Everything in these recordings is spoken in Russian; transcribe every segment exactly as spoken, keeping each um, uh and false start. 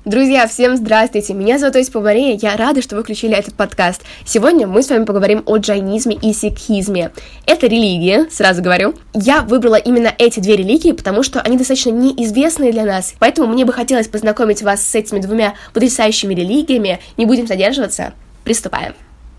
Друзья, всем здравствуйте, меня зовут Осипова Мария, я рада, что вы включили этот подкаст. Сегодня мы с вами поговорим о джайнизме и сикхизме. Это религия, сразу говорю. Я выбрала именно эти две религии, потому что они достаточно неизвестные для нас, поэтому мне бы хотелось познакомить вас с этими двумя потрясающими религиями. Не будем задерживаться, приступаем.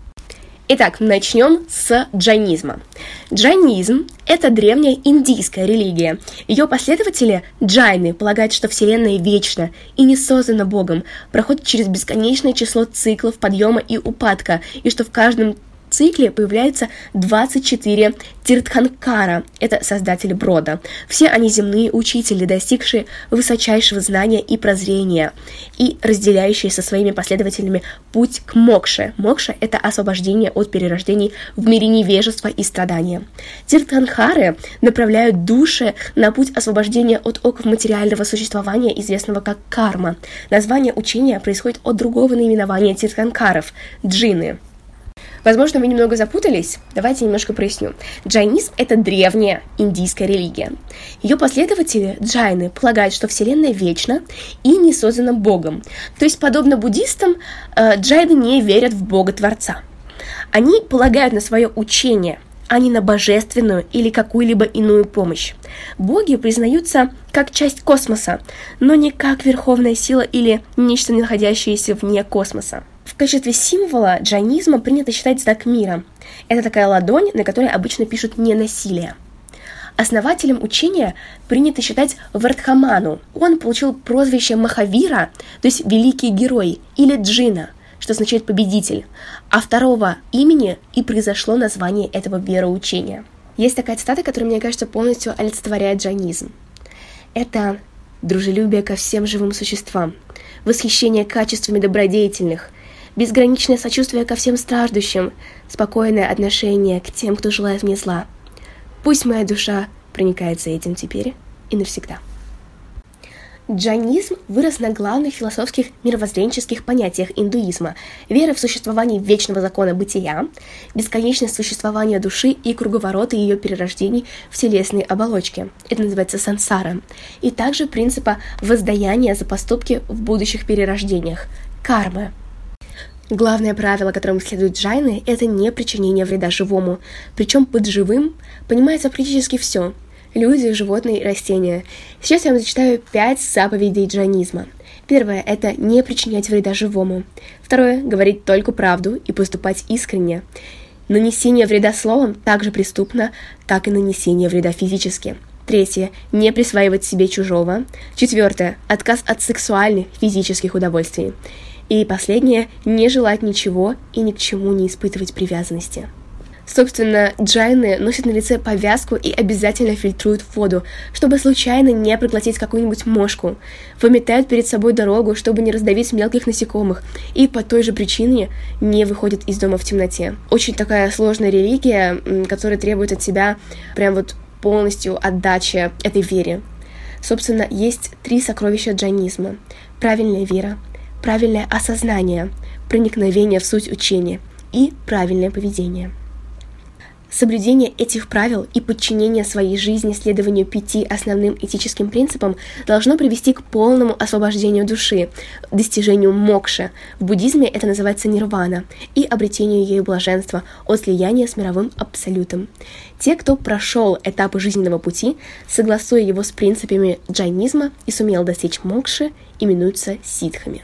Итак, начнем с джайнизма. Джайнизм – это древняя индийская религия. Ее последователи, джайны, полагают, что Вселенная вечна и не создана Богом, проходит через бесконечное число циклов подъема и упадка, и что в каждом цикле появляется двадцать четыре Тиртханкара, это создатели Брода. Все они земные учители, достигшие высочайшего знания и прозрения, и разделяющие со своими последователями путь к мокше. Мокша – это освобождение от перерождений в мире невежества и страдания. Тиртханкары направляют души на путь освобождения от оков материального существования, известного как карма. Название учения происходит от другого наименования Тиртханкаров – джинны. Возможно, вы немного запутались, давайте немножко проясню. Джайнизм – это древняя индийская религия. Ее последователи, джайны, полагают, что Вселенная вечна и не создана Богом. То есть, подобно буддистам, джайны не верят в Бога-творца. Они полагают на свое учение, а не на божественную или какую-либо иную помощь. Боги признаются как часть космоса, но не как верховная сила или нечто, находящееся вне космоса. В качестве символа джайнизма принято считать знак мира. Это такая ладонь, на которой обычно пишут «ненасилие». Основателем учения принято считать Вардхаману. Он получил прозвище Махавира, то есть «великий герой», или Джина, что означает «победитель», а второго имени и произошло название этого вероучения. Есть такая цитата, которая, мне кажется, полностью олицетворяет джайнизм. Это дружелюбие ко всем живым существам, восхищение качествами добродетельных, безграничное сочувствие ко всем страждущим, спокойное отношение к тем, кто желает мне зла. Пусть моя душа проникается этим теперь и навсегда. Джайнизм вырос на главных философских мировоззренческих понятиях индуизма: вера в существование вечного закона бытия, бесконечность существования души и круговороты ее перерождений в телесной оболочке. Это называется сансара. И также принципа воздаяния за поступки в будущих перерождениях – кармы. Главное правило, которому следуют джайны, это не причинение вреда живому. Причем под живым понимается практически все – люди, животные, растения. Сейчас я вам зачитаю пять заповедей джайнизма. Первое – это не причинять вреда живому. Второе – говорить только правду и поступать искренне. Нанесение вреда словом также преступно, как и нанесение вреда физически. Третье – не присваивать себе чужого. Четвертое – отказ от сексуальных, физических удовольствий. И последнее – не желать ничего и ни к чему не испытывать привязанности. Собственно, джайны носят на лице повязку и обязательно фильтруют воду, чтобы случайно не проглотить какую-нибудь мошку. Выметают перед собой дорогу, чтобы не раздавить мелких насекомых, и по той же причине не выходят из дома в темноте. Очень такая сложная религия, которая требует от себя прям вот полностью отдачи этой вере. Собственно, есть три сокровища джайнизма: правильная вера, правильное осознание, проникновение в суть учения и правильное поведение. Соблюдение этих правил и подчинение своей жизни следованию пяти основным этическим принципам должно привести к полному освобождению души, достижению мокши. В буддизме это называется нирвана, и обретению ею блаженства от слияния с мировым абсолютом. Те, кто прошел этапы жизненного пути, согласуя его с принципами джайнизма и сумел достичь мокши, именуются ситхами.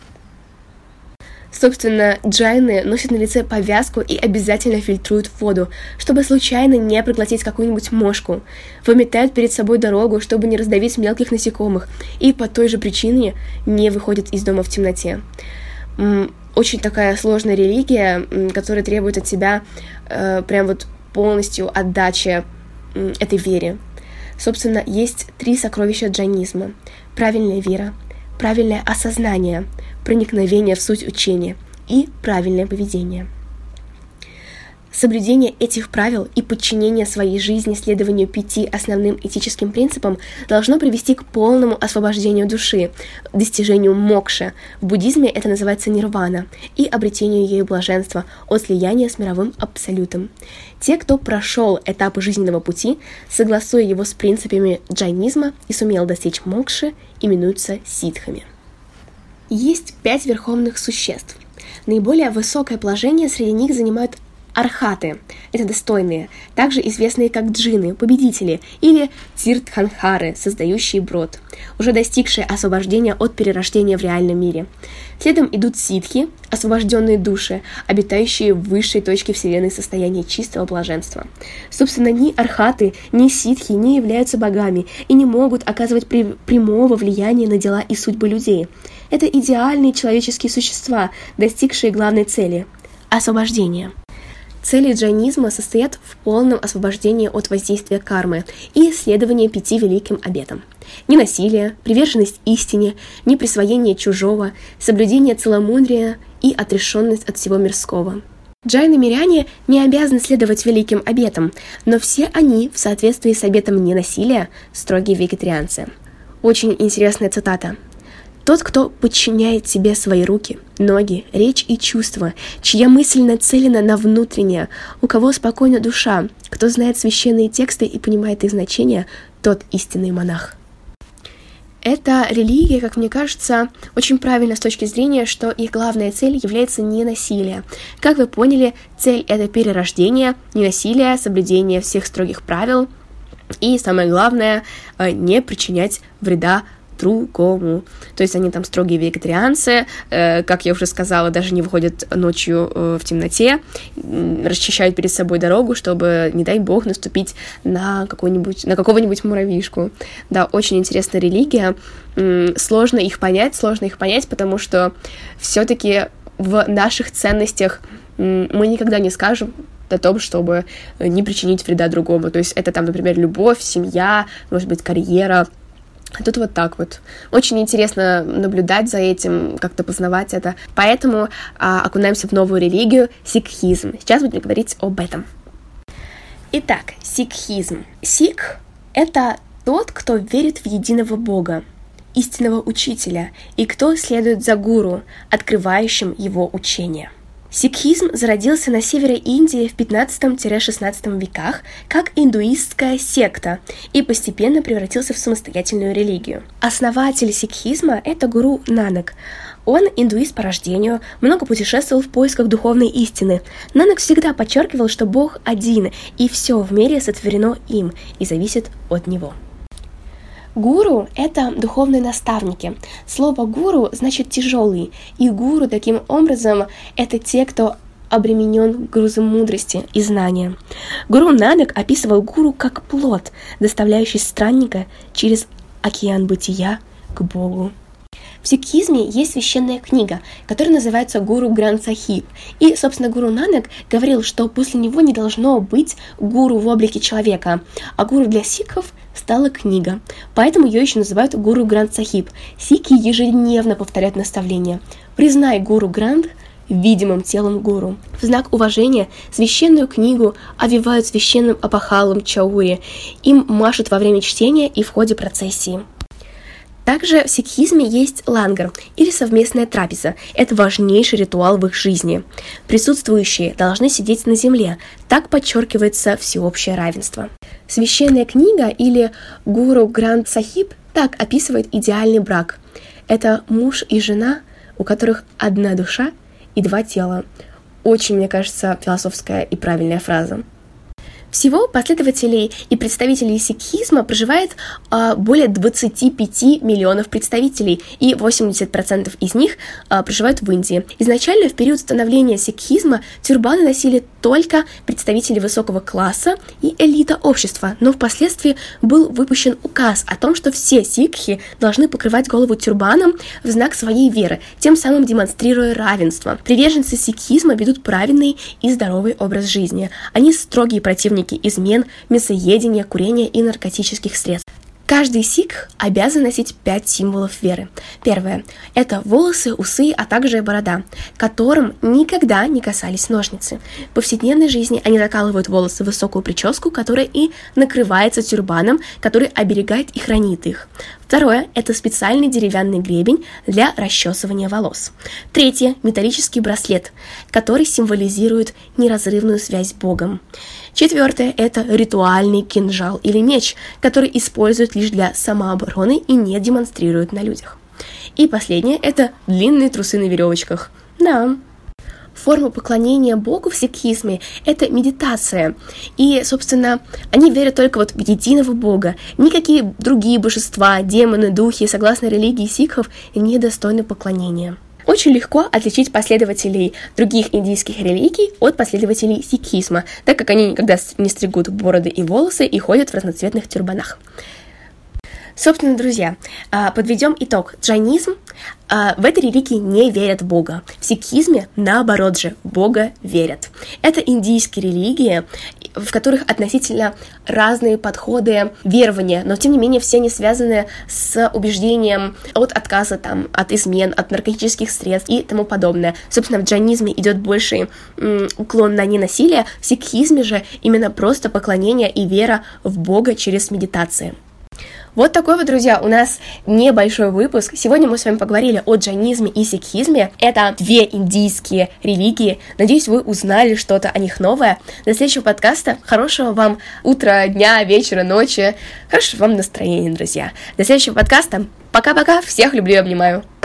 Собственно, джайны носят на лице повязку и обязательно фильтруют воду, чтобы случайно не проглотить какую-нибудь мошку. Выметают перед собой дорогу, чтобы не раздавить мелких насекомых, и по той же причине не выходят из дома в темноте. Очень такая сложная религия, которая требует от себя э, прям вот полностью отдачи э, этой вере. Собственно, есть три сокровища джайнизма: правильная вера, правильное осознание, проникновение в суть учения и правильное поведение. Соблюдение этих правил и подчинение своей жизни следованию пяти основным этическим принципам должно привести к полному освобождению души, достижению мокши. В буддизме это называется нирвана, и обретению ею блаженства от слияния с мировым абсолютом. Те, кто прошел этапы жизненного пути, согласуя его с принципами джайнизма и сумел достичь мокши, именуются ситхами. Есть пять верховных существ. Наиболее высокое положение среди них занимают архаты, это достойные, также известные как джинны, победители, или тиртханхары, создающие брод, уже достигшие освобождения от перерождения в реальном мире. Следом идут ситхи, освобожденные души, обитающие в высшей точке Вселенной состоянии чистого блаженства. Собственно, ни архаты, ни ситхи не являются богами и не могут оказывать при- прямого влияния на дела и судьбы людей. Это идеальные человеческие существа, достигшие главной цели – освобождения. Цели джайнизма состоят в полном освобождении от воздействия кармы и исследовании пяти великим обетам. Ненасилие, приверженность истине, неприсвоение чужого, соблюдение целомудрия и отрешенность от всего мирского. Джайны-миряне не обязаны следовать великим обетам, но все они, в соответствии с обетом ненасилия, строгие вегетарианцы. Очень интересная цитата. Тот, кто подчиняет себе свои руки, ноги, речь и чувства, чья мысль нацелена на внутреннее, у кого спокойна душа, кто знает священные тексты и понимает их значение, тот истинный монах. Эта религия, как мне кажется, очень правильна с точки зрения, что их главная цель является не насилие. Как вы поняли, цель — это перерождение, не насилие, соблюдение всех строгих правил и, самое главное, не причинять вреда другому. То есть они там строгие вегетарианцы, э, как я уже сказала, даже не выходят ночью э, в темноте, э, расчищают перед собой дорогу, чтобы, не дай бог, наступить на какой-нибудь, на какого-нибудь муравьишку. Да, очень интересная религия. М- сложно их понять, сложно их понять, потому что все-таки в наших ценностях м- мы никогда не скажем о том, чтобы не причинить вреда другому. То есть это там, например, любовь, семья, может быть, карьера. А тут вот так вот. Очень интересно наблюдать за этим, как-то познавать это. Поэтому а, окунаемся в новую религию — сикхизм. Сейчас будем говорить об этом. Итак, сикхизм. Сикх — это тот, кто верит в единого Бога, истинного учителя, и кто следует за гуру, открывающим его учение. Сикхизм зародился на севере Индии в пятнадцатом-шестнадцатом веках как индуистская секта и постепенно превратился в самостоятельную религию. Основатель сикхизма – это гуру Нанак. Он индуист по рождению, много путешествовал в поисках духовной истины. Нанак всегда подчеркивал, что Бог один, и все в мире сотворено им и зависит от него. Гуру – это духовные наставники. Слово «гуру» значит «тяжелый», и гуру, таким образом, это те, кто обременен грузом мудрости и знания. Гуру Нанак описывал гуру как плот, доставляющий странника через океан бытия к Богу. В сикхизме есть священная книга, которая называется Гуру Грант Сахиб. И, собственно, гуру Нанак говорил, что после него не должно быть гуру в облике человека, а гуру для сикхов стала книга. Поэтому ее еще называют Гуру Грант Сахиб. Сикхи ежедневно повторяют наставления. Признай Гуру Грант видимым телом гуру. В знак уважения священную книгу овивают священным апахалом чаури. Им машут во время чтения и в ходе процессии. Также в сикхизме есть лангар, или совместная трапеза. Это важнейший ритуал в их жизни. Присутствующие должны сидеть на земле. Так подчеркивается всеобщее равенство. Священная книга, или Гуру Грант Сахиб, так описывает идеальный брак. Это муж и жена, у которых одна душа и два тела. Очень, мне кажется, философская и правильная фраза. Всего последователей и представителей сикхизма проживает э, более двадцать пять миллионов представителей, и восемьдесят процентов из них э, проживают в Индии. Изначально, в период становления сикхизма, тюрбаны носили только представители высокого класса и элита общества, но впоследствии был выпущен указ о том, что все сикхи должны покрывать голову тюрбаном в знак своей веры, тем самым демонстрируя равенство. Приверженцы сикхизма ведут правильный и здоровый образ жизни. Они строгие противники измен, мясоедения, курения и наркотических средств. Каждый сикх обязан носить пять символов веры. Первое – это волосы, усы, а также борода, которым никогда не касались ножницы. В повседневной жизни они закалывают волосы в высокую прическу, которая и накрывается тюрбаном, который оберегает и хранит их. Второе – это специальный деревянный гребень для расчесывания волос. Третье – металлический браслет, который символизирует неразрывную связь с Богом. Четвертое – это ритуальный кинжал или меч, который используют лишь для самообороны и не демонстрируют на людях. И последнее — это длинные трусы на веревочках. Да. Форма поклонения Богу в сикхизме — это медитация. И, собственно, они верят только вот в единого Бога. Никакие другие божества, демоны, духи, согласно религии сикхов, недостойны поклонения. Очень легко отличить последователей других индийских религий от последователей сикхизма, так как они никогда не стригут бороды и волосы и ходят в разноцветных тюрбанах. Собственно, друзья, подведем итог. Джайнизм в этой религии не верят в Бога. В сикхизме, наоборот же, в Бога верят. Это индийские религии, в которых относительно разные подходы верования, но тем не менее все они связаны с убеждением от отказа там, от измен, от наркотических средств и тому подобное. Собственно, в джайнизме идет больший м, уклон на ненасилие, в сикхизме же именно просто поклонение и вера в Бога через медитации. Вот такой вот, друзья, у нас небольшой выпуск. Сегодня мы с вами поговорили о джайнизме и сикхизме. Это две индийские религии. Надеюсь, вы узнали что-то о них новое. До следующего подкаста. Хорошего вам утра, дня, вечера, ночи. Хорошего вам настроения, друзья. До следующего подкаста. Пока-пока. Всех люблю и обнимаю.